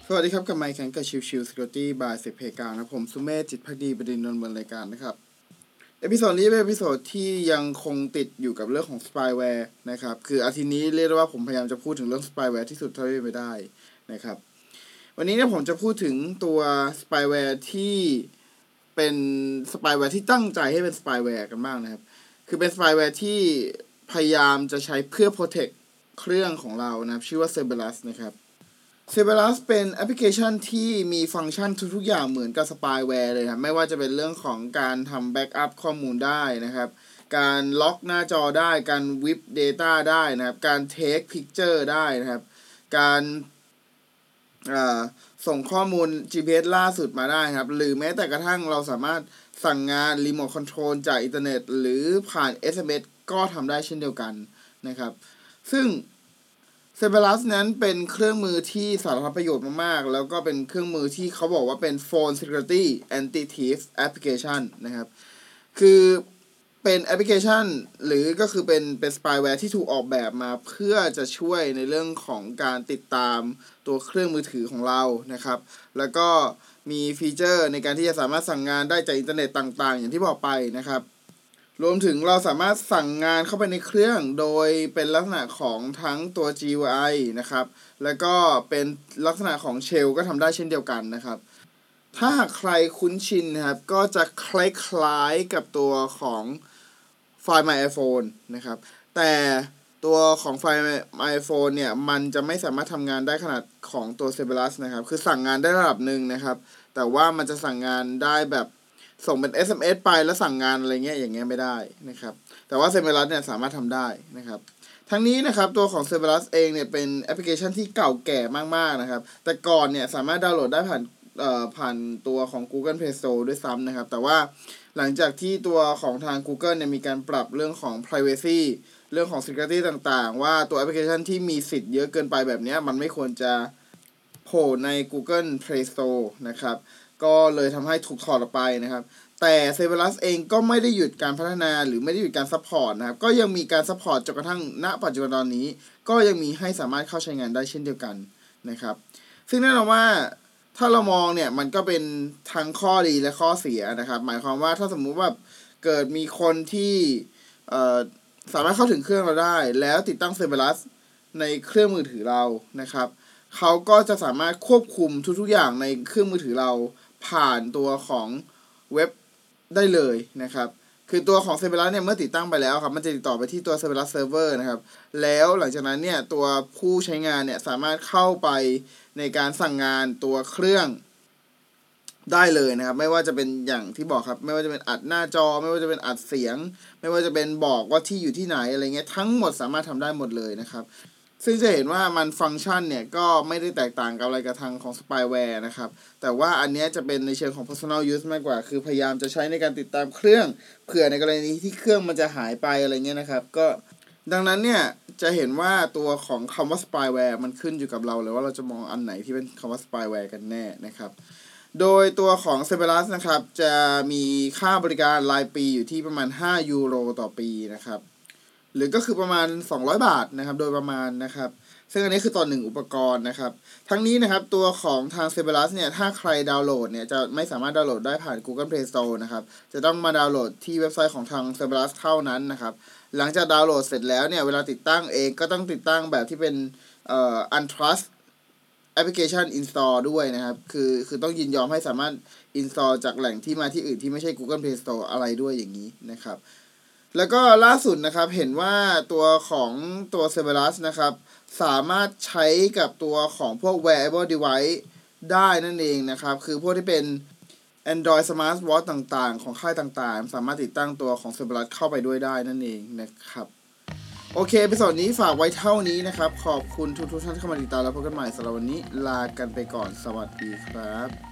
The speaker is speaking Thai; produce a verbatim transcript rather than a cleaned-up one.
สวัสดีครับกับไมค์แข่งกับชิวชิว Security by สิบเพกานะผมสุเมธจิตภักดีประเด็นนนท์บนรายการนะครับเอพิโซดนี้เป็นเอพิโซดที่ยังคงติดอยู่กับเรื่องของสปายแวร์นะครับคืออาทิตย์นี้เรียกได้ว่าผมพยายามจะพูดถึงเรื่องสปายแวร์ที่สุดเท่าที่ไปได้นะครับวันนี้เนี่ยผมจะพูดถึงตัวสปายแวร์ที่เป็นสปายแวร์ที่ตั้งใจให้เป็นสปายแวร์กันบ้างนะครับคือเป็นสปายแวร์ที่พยายามจะใช้เพื่อ protect เครื่องของเรานะครับชื่อว่า Cerberus นะครับCerberus เป็นแอปพลิเคชันที่มีฟังก์ชันทุกๆอย่างเหมือนกับสปายแวร์เลยครับไม่ว่าจะเป็นเรื่องของการทำแบ็กอัพข้อมูลได้นะครับการล็อกหน้าจอได้การวิป Data ได้นะครับการเทคพิกเจอร์ได้นะครับการส่งข้อมูล จี พี เอส ล่าสุดมาได้ครับหรือแม้แต่กระทั่งเราสามารถสั่งงานรีโมทคอนโทรลจากอินเทอร์เน็ตหรือผ่าน เอส เอ็ม เอส ก็ทำได้เช่นเดียวกันนะครับซึ่งCerberus นั้นเป็นเครื่องมือที่สาธารณประโยชน์มากๆแล้วก็เป็นเครื่องมือที่เขาบอกว่าเป็น Phone Security Anti-Thief Application นะครับคือเป็นแอปพลิเคชันหรือก็คือเป็นเป็นสปายแวร์ที่ถูกออกแบบมาเพื่อจะช่วยในเรื่องของการติดตามตัวเครื่องมือถือของเรานะครับแล้วก็มีฟีเจอร์ในการที่จะสามารถสั่งงานได้จากอินเทอร์เน็ตต่างๆอย่างที่บอกไปนะครับรวมถึงเราสามารถสั่งงานเข้าไปในเครื่องโดยเป็นลักษณะของทั้งตัว จี ยู ไอ นะครับแล้วก็เป็นลักษณะของ Shell ก็ทำได้เช่นเดียวกันนะครับถ้าใครคุ้นชินนะครับก็จะคล้ายๆกับตัวของไฟล์ My iPhone นะครับแต่ตัวของไฟล์ My iPhone เนี่ยมันจะไม่สามารถทำงานได้ขนาดของตัว Cerberus นะครับคือสั่งงานได้ระดับหนึ่งนะครับแต่ว่ามันจะสั่งงานได้แบบส่งเป็น เอส เอ็ม เอส ไปแล้วสั่งงานอะไรเงี้ยอย่างเงี้ยไม่ได้นะครับแต่ว่า Cerberus เนี่ยสามารถทำได้นะครับทั้งนี้นะครับตัวของ Cerberus เองเนี่ยเป็นแอปพลิเคชันที่เก่าแก่มากๆนะครับแต่ก่อนเนี่ยสามารถดาวน์โหลดได้ผ่านเอ่อผ่านตัวของ Google Play Store ด้วยซ้ำนะครับแต่ว่าหลังจากที่ตัวของทาง Google เนี่ยมีการปรับเรื่องของ privacy เรื่องของ security ต่างๆว่าตัวแอปพลิเคชันที่มีสิทธิ์เยอะเกินไปแบบนี้มันไม่ควรจะโผล่ใน Google Play Store นะครับก็เลยทำให้ถูกถอดออกไปนะครับแต่ Cerberus เองก็ไม่ได้หยุดการพัฒนาหรือไม่ได้หยุดการซัพพอร์ตนะครับก็ยังมีการซัพพอร์ตจนกระทั่งณปัจจุบันตอนนี้ก็ยังมีให้สามารถเข้าใช้งานได้เช่นเดียวกันนะครับซึ่งแน่นอนว่าถ้าเรามองเนี่ยมันก็เป็นทั้งข้อดีและข้อเสียนะครับหมายความว่าถ้าสมมุติว่าเกิดมีคนที่เอ่อสามารถเข้าถึงเครื่องเราได้แล้วติดตั้ง Cerberus ในเครื่องมือถือเรานะครับเขาก็จะสามารถควบคุมทุกๆอย่างในเครื่องมือถือเราผ่านตัวของเว็บได้เลยนะครับคือตัวของ Cerberus เนี่ยเมื่อติดตั้งไปแล้วครับมันจะติดต่อไปที่ตัว Cerberus Server นะครับแล้วหลังจากนั้นเนี่ยตัวผู้ใช้งานเนี่ยสามารถเข้าไปในการสั่งงานตัวเครื่องได้เลยนะครับไม่ว่าจะเป็นอย่างที่บอกครับไม่ว่าจะเป็นอัดหน้าจอไม่ว่าจะเป็นอัดเสียงไม่ว่าจะเป็นบอกว่าที่อยู่ที่ไหนอะไรเงี้ยทั้งหมดสามารถทำได้หมดเลยนะครับซึ่งจะเห็นว่ามันฟังก์ชันเนี่ยก็ไม่ได้แตกต่างกับอะไรกับทางของสปายแวร์นะครับแต่ว่าอันนี้จะเป็นในเชิงของ personal use มากกว่าคือพยายามจะใช้ในการติดตามเครื่องเผื่อในกรณีที่เครื่องมันจะหายไปอะไรเงี้ยนะครับก็ดังนั้นเนี่ยจะเห็นว่าตัวของคำว่าสปายแวร์มันขึ้นอยู่กับเราเลยว่าเราจะมองอันไหนที่เป็นคำว่าสปายแวร์กันแน่นะครับโดยตัวของ Cerberus นะครับจะมีค่าบริการรายปีอยู่ที่ประมาณห้ายูโรต่อปีนะครับหรือก็คือประมาณสองร้อยบาทนะครับโดยประมาณนะครับซึ่งอันนี้คือต่อหนึ่งอุปกรณ์นะครับทั้งนี้นะครับตัวของทาง Cerberus เนี่ยถ้าใครดาวน์โหลดเนี่ยจะไม่สามารถดาวน์โหลดได้ผ่าน Google Play Store นะครับจะต้องมาดาวน์โหลดที่เว็บไซต์ของทาง Cerberus เท่านั้นนะครับหลังจากดาวน์โหลดเสร็จแล้วเนี่ยเวลาติดตั้งเองก็ต้องติดตั้งแบบที่เป็นเอ่อ Untrust Application Install ด้วยนะครับคือคือต้องยินยอมให้สามารถ Install จากแหล่งที่มาที่อื่นที่ไม่ใช่ Google Play Store อะไรด้วยอย่างนี้นะครับแล้วก็ล่าสุดนะครับเห็นว่าตัวของตัว Cerberus นะครับสามารถใช้กับตัวของพวก wearable device ได้นั่นเองนะครับคือพวกที่เป็น Android Smart Watch ต่างๆของค่ายต่างๆสามารถติดตั้งตัวของ Cerberus เข้าไปด้วยได้นั่นเองนะครับโอเคเอพิโซดนี้ฝากไว้เท่านี้นะครับขอบคุณทุกๆท่านที่เข้ามาติดตามแล้วพบกันใหม่สำหรับวันนี้ลากันไปก่อนสวัสดีครับ